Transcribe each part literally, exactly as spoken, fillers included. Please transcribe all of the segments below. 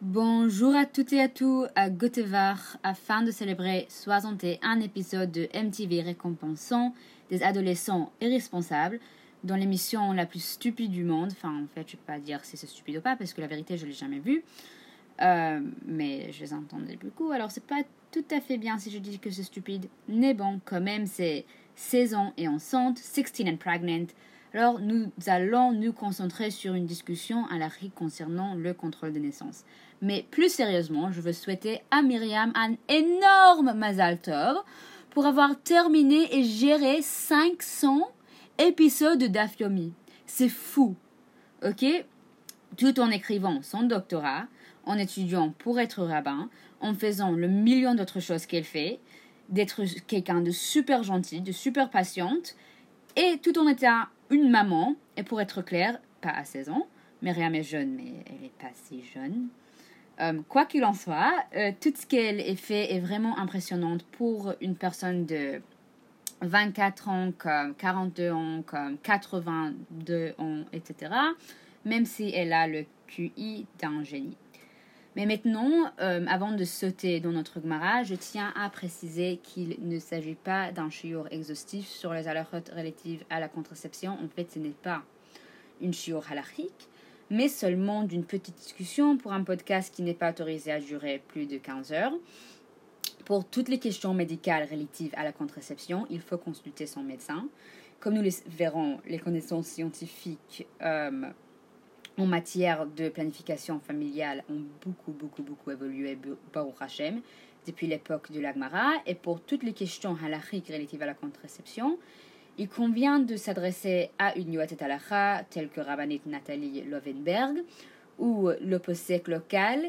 Bonjour à toutes et à tous à Götevar afin de célébrer soixante et un épisodes de M T V récompensant des adolescents irresponsables dans l'émission la plus stupide du monde. Enfin, en fait, je ne vais pas dire si c'est stupide ou pas parce que la vérité, je ne l'ai jamais vue. Euh, mais je les entendais beaucoup. Alors, c'est pas tout à fait bien si je dis que c'est stupide. Mais bon, quand même, c'est seize ans et enceinte, seize and pregnant. Alors, nous allons nous concentrer sur une discussion à la R I C concernant le contrôle de naissance. Mais plus sérieusement, je veux souhaiter à Myriam un énorme Mazal Tov pour avoir terminé et géré cinq cents épisodes de Daf Yomi. C'est fou, ok? Tout en écrivant son doctorat, en étudiant pour être rabbin, en faisant le million d'autres choses qu'elle fait, d'être quelqu'un de super gentil, de super patiente, et tout en étant une maman, et pour être clair, pas à seize ans, Myriam est jeune, mais elle n'est pas si jeune. Euh, quoi qu'il en soit, euh, tout ce qu'elle a fait est vraiment impressionnant pour une personne de vingt-quatre ans, comme quarante-deux ans, comme quatre-vingt-deux ans, et cetera, même si elle a le Q I d'un génie. Mais maintenant, euh, avant de sauter dans notre Gemara, je tiens à préciser qu'il ne s'agit pas d'un shiur exhaustif sur les halachot relatives à la contraception. En fait, ce n'est pas une shiur halachique, mais seulement d'une petite discussion pour un podcast qui n'est pas autorisé à durer plus de quinze heures. Pour toutes les questions médicales relatives à la contraception, il faut consulter son médecin. Comme nous les verrons, les connaissances scientifiques euh, en matière de planification familiale ont beaucoup, beaucoup, beaucoup évolué, Baruch Hashem, depuis l'époque de la Gemara. Et pour toutes les questions halachiques relatives à la contraception, il convient de s'adresser à une Yoatet Halacha, telle que Rabbanit Nathalie Lovenberg, ou le posek local,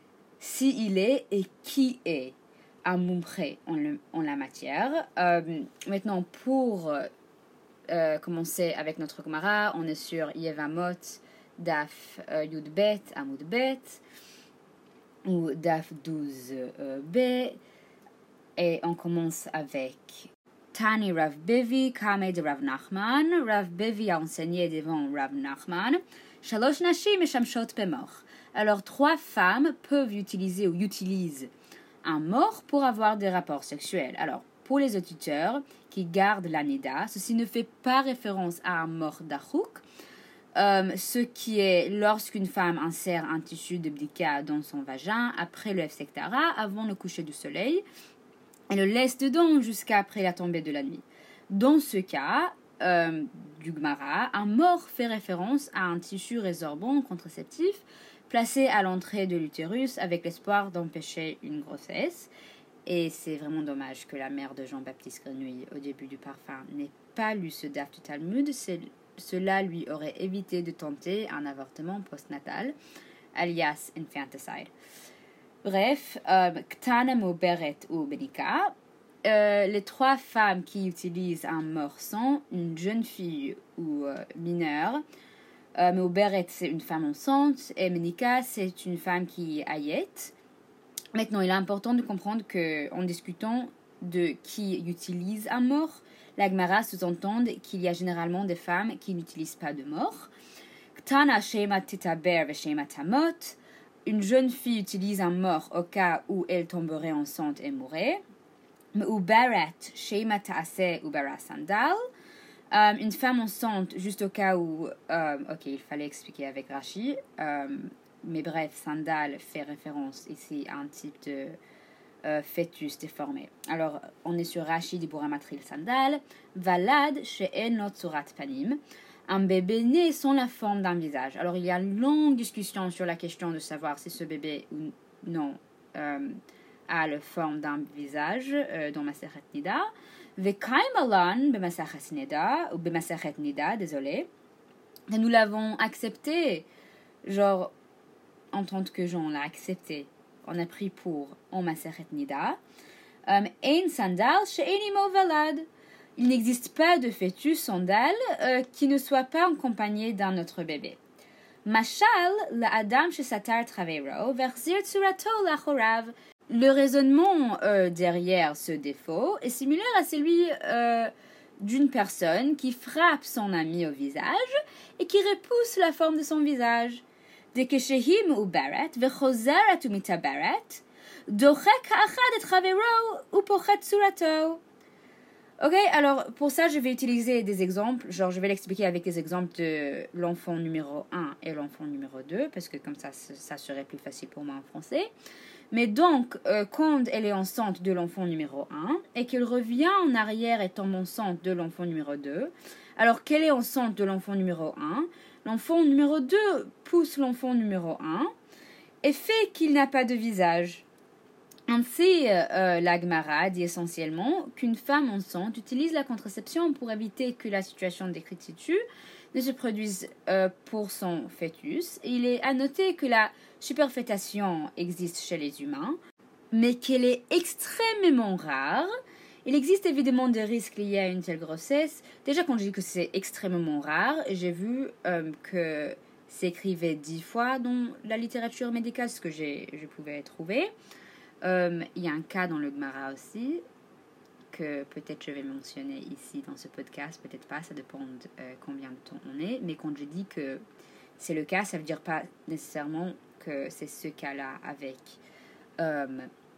s'il est et qui est un mumche en, en la matière. Euh, maintenant, pour euh, commencer avec notre Gemara, on est sur Yevamot, Daf euh, Yud Bet, Amud Bet, ou Daf douze euh, B, et on commence avec Tani Rav Bevi, Kame de Rav Nachman. Rav Bevi a enseigné devant Rav Nachman. Shalosh Nashim et Shamshot Pemor. Alors, trois femmes peuvent utiliser ou utilisent un mort pour avoir des rapports sexuels. Alors, pour les auditeurs qui gardent la nida, ceci ne fait pas référence à un mort d'achouk, euh, ce qui est lorsqu'une femme insère un tissu de bdika dans son vagin après le Hefsektara, avant le coucher du soleil, et le laisse dedans jusqu'à après la tombée de la nuit. Dans ce cas, euh, du Gemara, un mort fait référence à un tissu résorbant contraceptif placé à l'entrée de l'utérus avec l'espoir d'empêcher une grossesse. Et c'est vraiment dommage que la mère de Jean-Baptiste Grenouille, au début du parfum, n'ait pas lu ce daf du Talmud. C'est, cela lui aurait évité de tenter un avortement postnatal, alias infanticide. Bref, Ktana, Moberet ou Benika, euh, les trois femmes qui utilisent un mort sont une jeune fille ou euh, mineure. Euh, Moberet, c'est une femme enceinte, et Benika, c'est une femme qui est ayette. Maintenant, il est important de comprendre qu'en discutant de qui utilise un mort, la Gemara sous-entend qu'il y a généralement des femmes qui n'utilisent pas de mort. Ktana, Shema Titaber, ve Shema Tamot. Une jeune fille utilise un mort au cas où elle tomberait enceinte et mourrait. Ubarat, Shema Taase, Ubara Sandal. Euh, une femme enceinte, juste au cas où... Euh, ok, il fallait expliquer avec Rashi. Euh, mais bref, Sandal fait référence ici à un type de euh, fœtus déformé. Alors, on est sur Rashi Dibura Matril Sandal. Valad, She'en Not Surat Panim. Un bébé né sans la forme d'un visage. Alors, il y a une longue discussion sur la question de savoir si ce bébé ou non euh, a la forme d'un visage euh, dans Masechet Nida. Vekaimalan b'Masechet Nida, ou b'Masechet Nida, désolé. Et nous l'avons accepté, genre, en tant que gens, on l'a accepté. On a pris pour en Masechet Nida. Ein sandal she'eni mo valad. Il n'existe pas de fœtus sandal euh, qui ne soit pas accompagné d'un autre bébé. Mashal la adam shesatar travero verzir tsurato lachorav. Le raisonnement euh, derrière ce défaut est similaire à celui euh, d'une personne qui frappe son ami au visage et qui repousse la forme de son visage. דכשהיא מעוברת וחוזרת ומתעברת, דוחק האחד את חברו ופוחת צורתו. Ok, alors pour ça, je vais utiliser des exemples, genre je vais l'expliquer avec des exemples de l'enfant numéro un et l'enfant numéro deux, parce que comme ça, ça serait plus facile pour moi en français. Mais donc, euh, quand elle est enceinte de l'enfant numéro un et qu'elle revient en arrière et tombe enceinte de l'enfant numéro deux, alors qu'elle est enceinte de l'enfant numéro un, l'enfant numéro deux pousse l'enfant numéro un et fait qu'il n'a pas de visage. Ainsi, euh, la Gemara dit essentiellement qu'une femme enceinte utilise la contraception pour éviter que la situation décrite ci-dessus ne se produise euh, pour son fœtus. Et il est à noter que la superfétation existe chez les humains, mais qu'elle est extrêmement rare. Il existe évidemment des risques liés à une telle grossesse. Déjà, quand je dis que c'est extrêmement rare, j'ai vu euh, que c'est écrivé dix fois dans la littérature médicale, ce que j'ai, je pouvais trouver. Il euh, y a un cas dans le Gemara aussi, que peut-être je vais mentionner ici dans ce podcast, peut-être pas, ça dépend de euh, combien de temps on est. Mais quand je dis que c'est le cas, ça veut dire pas nécessairement que c'est ce cas-là avec euh,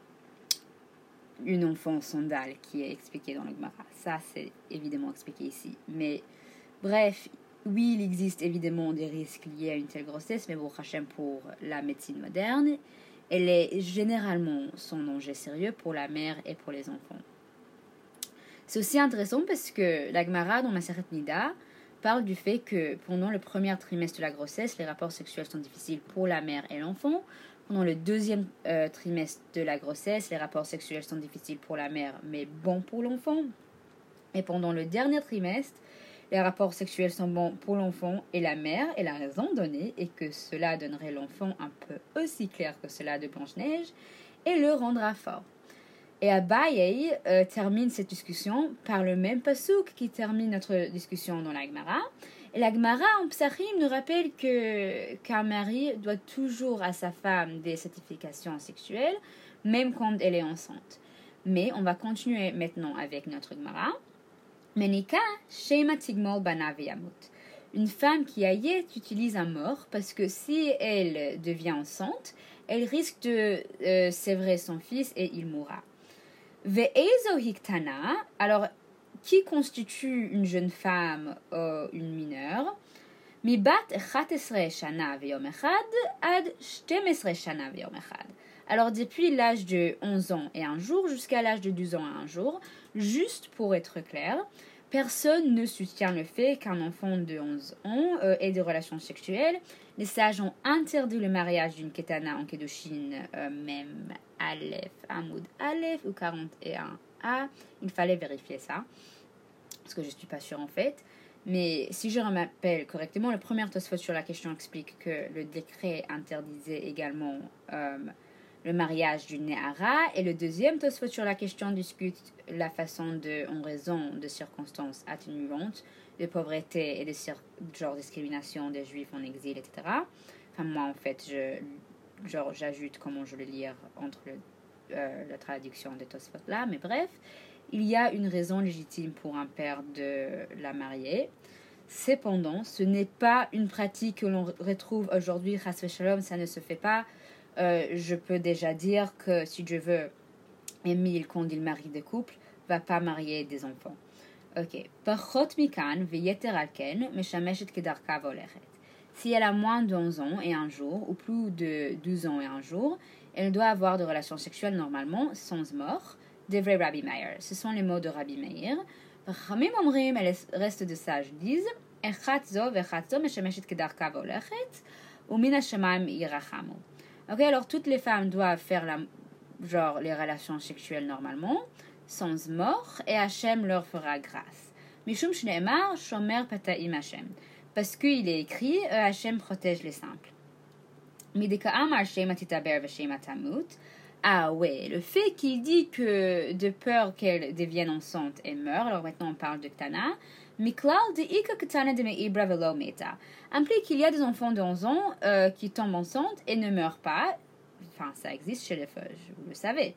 une enfant sandale qui est expliqué dans le Gemara. Ça, c'est évidemment expliqué ici. Mais bref, oui, il existe évidemment des risques liés à une telle grossesse, mais bon, Hachem, pour la médecine moderne, elle est généralement sans danger sérieux pour la mère et pour les enfants. C'est aussi intéressant parce que la Gemara dans Masechet Nida parle du fait que pendant le premier trimestre de la grossesse, les rapports sexuels sont difficiles pour la mère et l'enfant. Pendant le deuxième euh, trimestre de la grossesse, les rapports sexuels sont difficiles pour la mère, mais bons pour l'enfant. Et pendant le dernier trimestre, les rapports sexuels sont bons pour l'enfant et la mère, et la raison donnée est que cela donnerait l'enfant un peu aussi clair que cela de Blanche-Neige et le rendra fort. Et Abaye euh, termine cette discussion par le même passouk qui termine notre discussion dans la Gemara. Et la Gemara en Psachim nous rappelle que, qu'un mari doit toujours à sa femme des certifications sexuelles, même quand elle est enceinte. Mais on va continuer maintenant avec notre Gemara. Menika shema tigmol bana veyamut. Une femme qui aillait utilise un mort parce que si elle devient enceinte, elle risque de euh, sévrer son fils et il mourra. Ve'ezo hiktana, alors qui constitue une jeune femme ou une mineure? Mi bat chatesre shana veyom echad ad shtemesre shana veyom echad. Alors depuis l'âge de onze ans et un jour jusqu'à l'âge de douze ans et un jour, juste pour être clair, personne ne soutient le fait qu'un enfant de onze ans euh, ait des relations sexuelles. Les sages ont interdit le mariage d'une ketana en Kedushin, euh, même Aleph, Amoud Aleph ou quarante et un A. Il fallait vérifier ça, parce que je ne suis pas sûre en fait. Mais si je me rappelle correctement, le premier Tosfot sur la question explique que le décret interdisait également euh, le mariage du Néhara, et le deuxième Tosfot sur la question discute la façon de, en raison de circonstances atténuantes, de pauvreté et de cir- genre discrimination des Juifs en exil, et cetera. Enfin, moi, en fait, je, genre, j'ajoute comment je le lire entre le, euh, la traduction de Tosfot là, mais bref, il y a une raison légitime pour un père de la marier. Cependant, ce n'est pas une pratique que l'on retrouve aujourd'hui, chas v'shalom, ça ne se fait pas. Euh, je peux déjà dire que si Dieu veut, Émile, quand il marie des couples, va pas marier des enfants. Ok. Pachot mikan veyeter alken meshameshet kedarka volechet. Si elle a moins de onze ans et un jour, ou plus de douze ans et un jour, elle doit avoir de relations sexuelles normalement, sans mort. Devrei Rabbi Meir. Ce sont les mots de Rabbi Meir. Chachamim omrim, et les restes de sages disent, echat zo vechat zo meshameshet kedarka volechet, ou min hashamayim yirachamu. Ok, alors toutes les femmes doivent faire la, genre les relations sexuelles normalement, sans mort, et Hachem leur fera grâce. Mishum shneemar shomer pataim Hachem. Parce qu'il est écrit, Hachem protège les simples. Mideka'am Hachem atitaber v'shem atamut. Ah ouais, le fait qu'il dit que de peur qu'elle devienne enceinte et meure, alors maintenant on parle de Ktana, Miklal de Ika Ktana de Meibra velo meta, implique qu'il y a des enfants de onze ans euh, qui tombent enceintes et ne meurent pas. Enfin, ça existe chez les feuilles, vous le savez.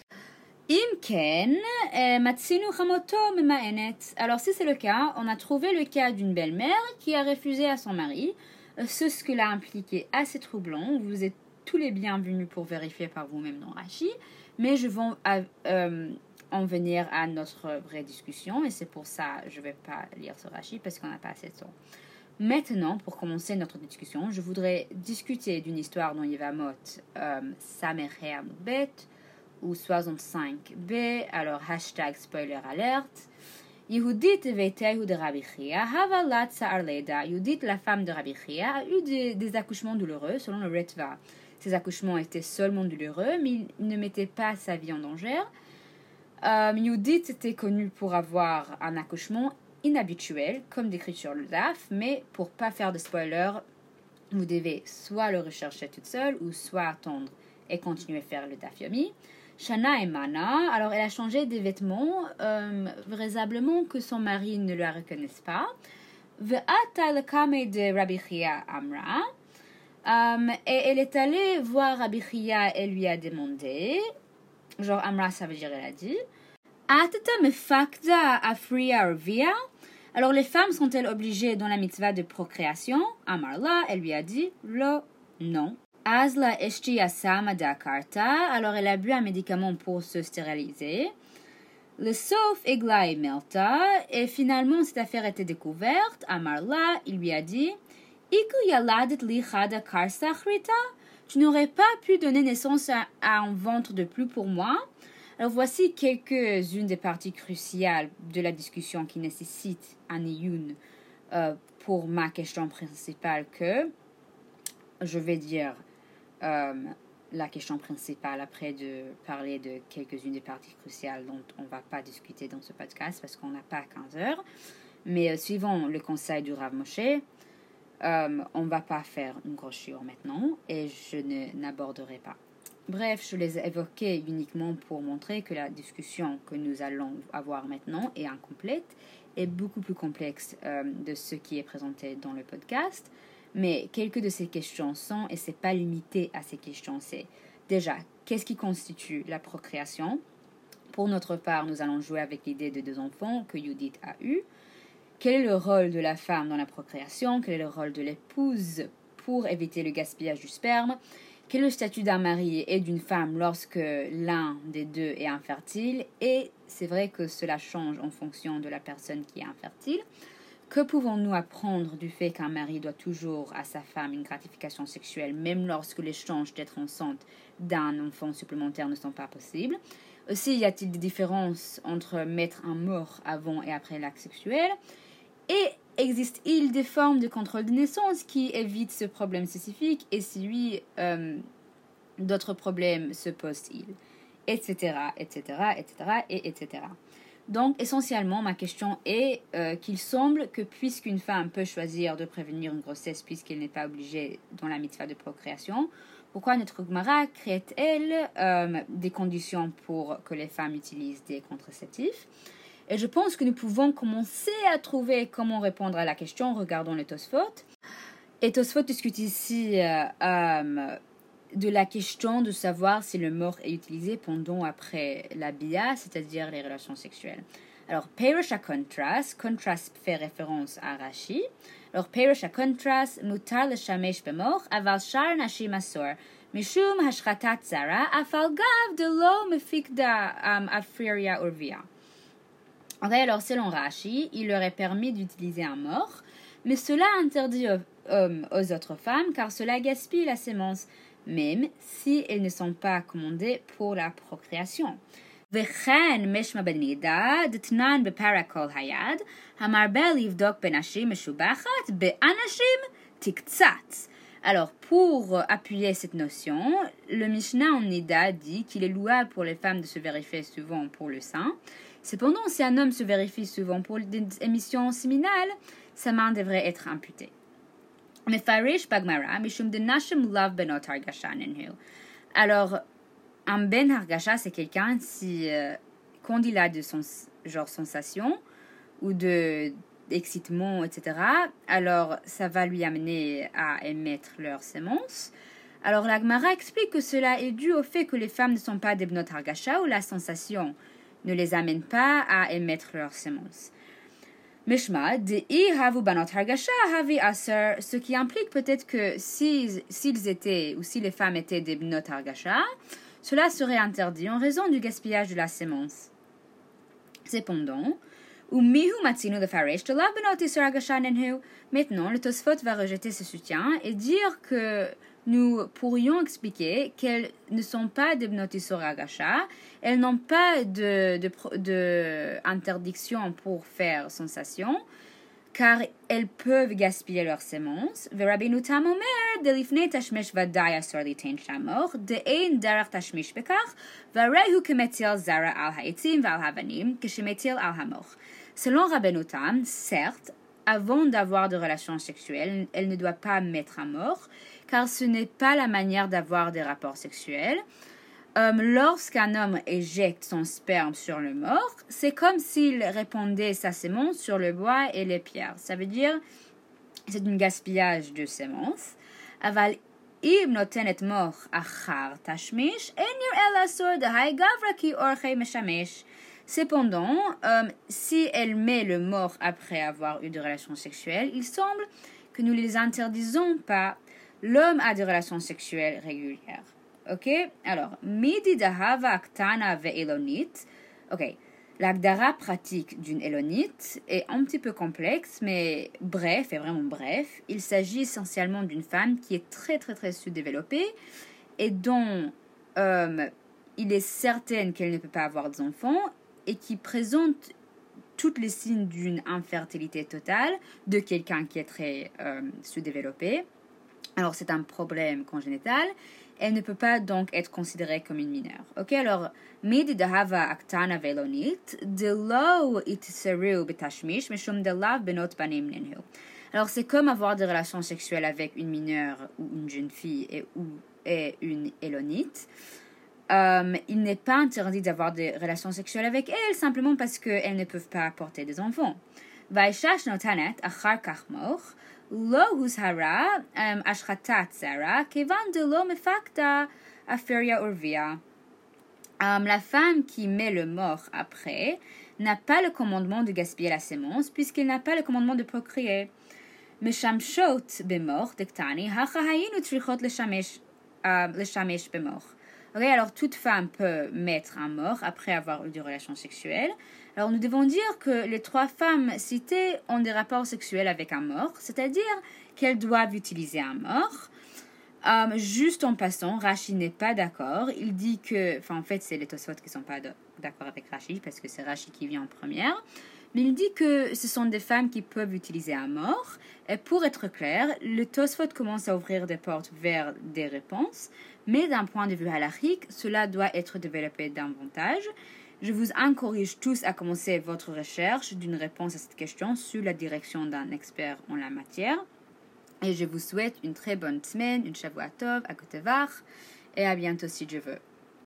Imken matsinu chamoto memaenet. Alors si c'est le cas, on a trouvé le cas d'une belle-mère qui a refusé à son mari Ce ce que l'a impliqué assez troublant. Vous êtes tous les bienvenus pour vérifier par vous-même dans Rashi, mais je vais euh, en venir à notre vraie discussion, et c'est pour ça que je ne vais pas lire ce Rashi, parce qu'on n'a pas assez de temps. Maintenant, pour commencer notre discussion, je voudrais discuter d'une histoire dans Yevamot, euh, Samerhe Amudbet, ou soixante-cinq B, alors hashtag spoiler alert. Yehudit veitehu de Rabbi Chia, havalat sa'ar leda. Yehudit, la femme de Rabbi Chia, a eu des, des accouchements douloureux, selon le Ritva. Ces accouchements étaient seulement douloureux, mais ils ne mettaient pas sa vie en danger. Euh, Yehudit était connue pour avoir un accouchement inhabituel, comme décrit sur le D A F, mais pour pas faire de spoiler, vous devez soit le rechercher toute seule, ou soit attendre et continuer à faire le D A F Yomi. Shana et Mana, alors elle a changé des vêtements, euh, vraisemblablement que son mari ne la reconnaisse pas. Ve'ata lekame de Rabbi Chia Amra, um, et elle est allée voir Rabbi Chia et lui a demandé, genre Amra ça veut dire elle a dit, Atata mefakda afria orvia. Alors les femmes sont-elles obligées dans la mitzvah de procréation? Amarla, elle lui a dit, lo, non. Azla eshti asama dakarta, alors elle a bu un médicament pour se stériliser. Le sauf egla et melta, et finalement cette affaire était découverte. Amarla, il lui a dit, Iku yaladet li chada karsachrita, tu n'aurais pas pu donner naissance à, à un ventre de plus pour moi? Alors voici quelques-unes des parties cruciales de la discussion qui nécessitent un iyun euh, pour ma question principale que je vais dire. Euh, la question principale après de parler de quelques-unes des parties cruciales dont on ne va pas discuter dans ce podcast parce qu'on n'a pas quinze heures. Mais euh, suivant le conseil du Rav Moshe, euh, on ne va pas faire une grosse shiur maintenant et je ne n'aborderai pas. Bref, je les ai évoqués uniquement pour montrer que la discussion que nous allons avoir maintenant est incomplète et beaucoup plus complexe euh, de ce qui est présenté dans le podcast. Mais quelques de ces questions sont, et ce n'est pas limité à ces questions, c'est déjà, qu'est-ce qui constitue la procréation? Pour notre part, nous allons jouer avec l'idée de deux enfants que Yehudit a eu. Quel est le rôle de la femme dans la procréation? Quel est le rôle de l'épouse pour éviter le gaspillage du sperme? Quel est le statut d'un mari et d'une femme lorsque l'un des deux est infertile? Et c'est vrai que cela change en fonction de la personne qui est infertile. Que pouvons-nous apprendre du fait qu'un mari doit toujours à sa femme une gratification sexuelle, même lorsque l'échange d'être enceinte d'un enfant supplémentaire ne sont pas possibles? Aussi, y a-t-il des différences entre mettre un mort avant et après l'acte sexuel? Et existe-t-il des formes de contrôle de naissance qui évitent ce problème spécifique? Et si oui, euh, d'autres problèmes se posent-ils? Etc., etc., et cetera, et et cetera. Donc, essentiellement, ma question est euh, qu'il semble que puisqu'une femme peut choisir de prévenir une grossesse puisqu'elle n'est pas obligée dans la mitzvah de procréation, pourquoi notre Gemara crée-t-elle euh, des conditions pour que les femmes utilisent des contraceptifs? Et je pense que nous pouvons commencer à trouver comment répondre à la question en regardant le Tosfot. Et Tosfot discute ici euh, euh, de la question de savoir si le mort est utilisé pendant ou après la bia, c'est-à-dire les relations sexuelles. Alors, Peirush à contrast, contrast fait référence à Rashi. Alors, Peirush à contrast, mutar le shamesh bemor, aval shar nashim asor, mishum hashratat zara, afal gav de lo mefikda um, afriria urvia. Okay, alors, selon Rashi, il leur est permis d'utiliser un mort, mais cela interdit aux, euh, aux autres femmes car cela gaspille la sémence, même si elles ne sont pas commandées pour la procréation. וכן משמע בנידה, דתנן בפרקול היד, המרבה לבדוק בנשים משובחת, באנשים תקצץ. Alors, pour appuyer cette notion, le Mishnah en Nida dit qu'il est louable pour les femmes de se vérifier souvent pour le sein. Cependant, si un homme se vérifie souvent pour des émissions séminales, sa main devrait être amputée. Mefarish Bagmara, Mishum de Nashim Love Benot Hargasha Nenhu. Alors, un Ben Hargasha, c'est quelqu'un si, euh, quand il a de sens, genre sensation ou de d'excitement, et cetera, alors ça va lui amener à émettre leurs sémences. Alors, la Gemara explique que cela est dû au fait que les femmes ne sont pas des Benot Hargasha où la sensation ne les amène pas à émettre leurs sémences. Mishma, Dei havu banot hargasha havi aser, ce qui implique peut-être que s'ils, s'ils étaient, ou si les femmes étaient des bnot hargasha, cela serait interdit en raison du gaspillage de la sémence. Cependant, ou mihu matzinu de faresh de la bnot isur hargasha nenhu, maintenant le Tosfot va rejeter ce soutien et dire que nous pourrions expliquer qu'elles ne sont pas des bnot isur hargasha, elles n'ont pas de, de, de interdiction pour faire sensation, car elles peuvent gaspiller leurs semences. Rabbeinu Tam omer, de lifnei tashmish vadai asur litain shamor, de ein derech tashmish bekach, varehu kemetil zara al ha'etzim val havanim, keshemetil al hamor. Selon Rabbeinu Tam, certes, avant d'avoir de relations sexuelles, elle ne doit pas mettre à mort, car ce n'est pas la manière d'avoir des rapports sexuels. Euh, lorsqu'un homme éjecte son sperme sur le mort, c'est comme s'il répandait sa sémence sur le bois et les pierres. Ça veut dire c'est un gaspillage de sémences. Aval im notenet mort achar tashmish enir el asur de hay gavra ki orchei meshamesh. Cependant, euh, si elle met le mort après avoir eu des relations sexuelles, il semble que nous ne les interdisons pas. L'homme a des relations sexuelles régulières. Ok? Alors, midi dahava aktana ve elonit. Ok. L'agdara pratique d'une élonite est un petit peu complexe, mais bref, et vraiment bref. Il s'agit essentiellement d'une femme qui est très très très sous-développée et dont euh, il est certaine qu'elle ne peut pas avoir d'enfants et qui présente tous les signes d'une infertilité totale de quelqu'un qui est très euh, sous-développé. Alors, c'est un problème congénital. Elle ne peut pas donc être considérée comme une mineure. Ok, alors, midi dahava aktana velonit, de lo itseru betashmish, mishum de lav benot banim nenhu. Alors, c'est comme avoir des relations sexuelles avec une mineure ou une jeune fille et, ou et une élonite. Um, il n'est pas interdit d'avoir des relations sexuelles avec elles simplement parce qu'elles ne peuvent pas porter des enfants. Vaishash notanet achar kachmoch, lo huzhara ashchatat zara, kevan de lo mefakta aferia urvia. Um, la femme qui met le mort après n'a pas le commandement de gaspiller la sémence puisqu'elle n'a pas le commandement de procréer. Meshamshot bemor dektani hachahayinu trichot leshamesh leshamesh bemor. Ok, alors toute femme peut mettre un mort après avoir eu des relations sexuelles. Alors nous devons dire que les trois femmes citées ont des rapports sexuels avec un mort, c'est-à-dire qu'elles doivent utiliser un mort. Um, juste en passant, Rashi n'est pas d'accord. Il dit que, enfin en fait c'est les Tosfot qui ne sont pas d'accord avec Rashi parce que c'est Rashi qui vient en première. Mais il dit que ce sont des femmes qui peuvent utiliser un mort. Et pour être clair, le Tosfot commence à ouvrir des portes vers des réponses. Mais d'un point de vue halachique, cela doit être développé davantage. Je vous encourage tous à commencer votre recherche d'une réponse à cette question sous la direction d'un expert en la matière. Et je vous souhaite une très bonne semaine, une Shavua Tov, à Gotevar, et à bientôt si Dieu veut.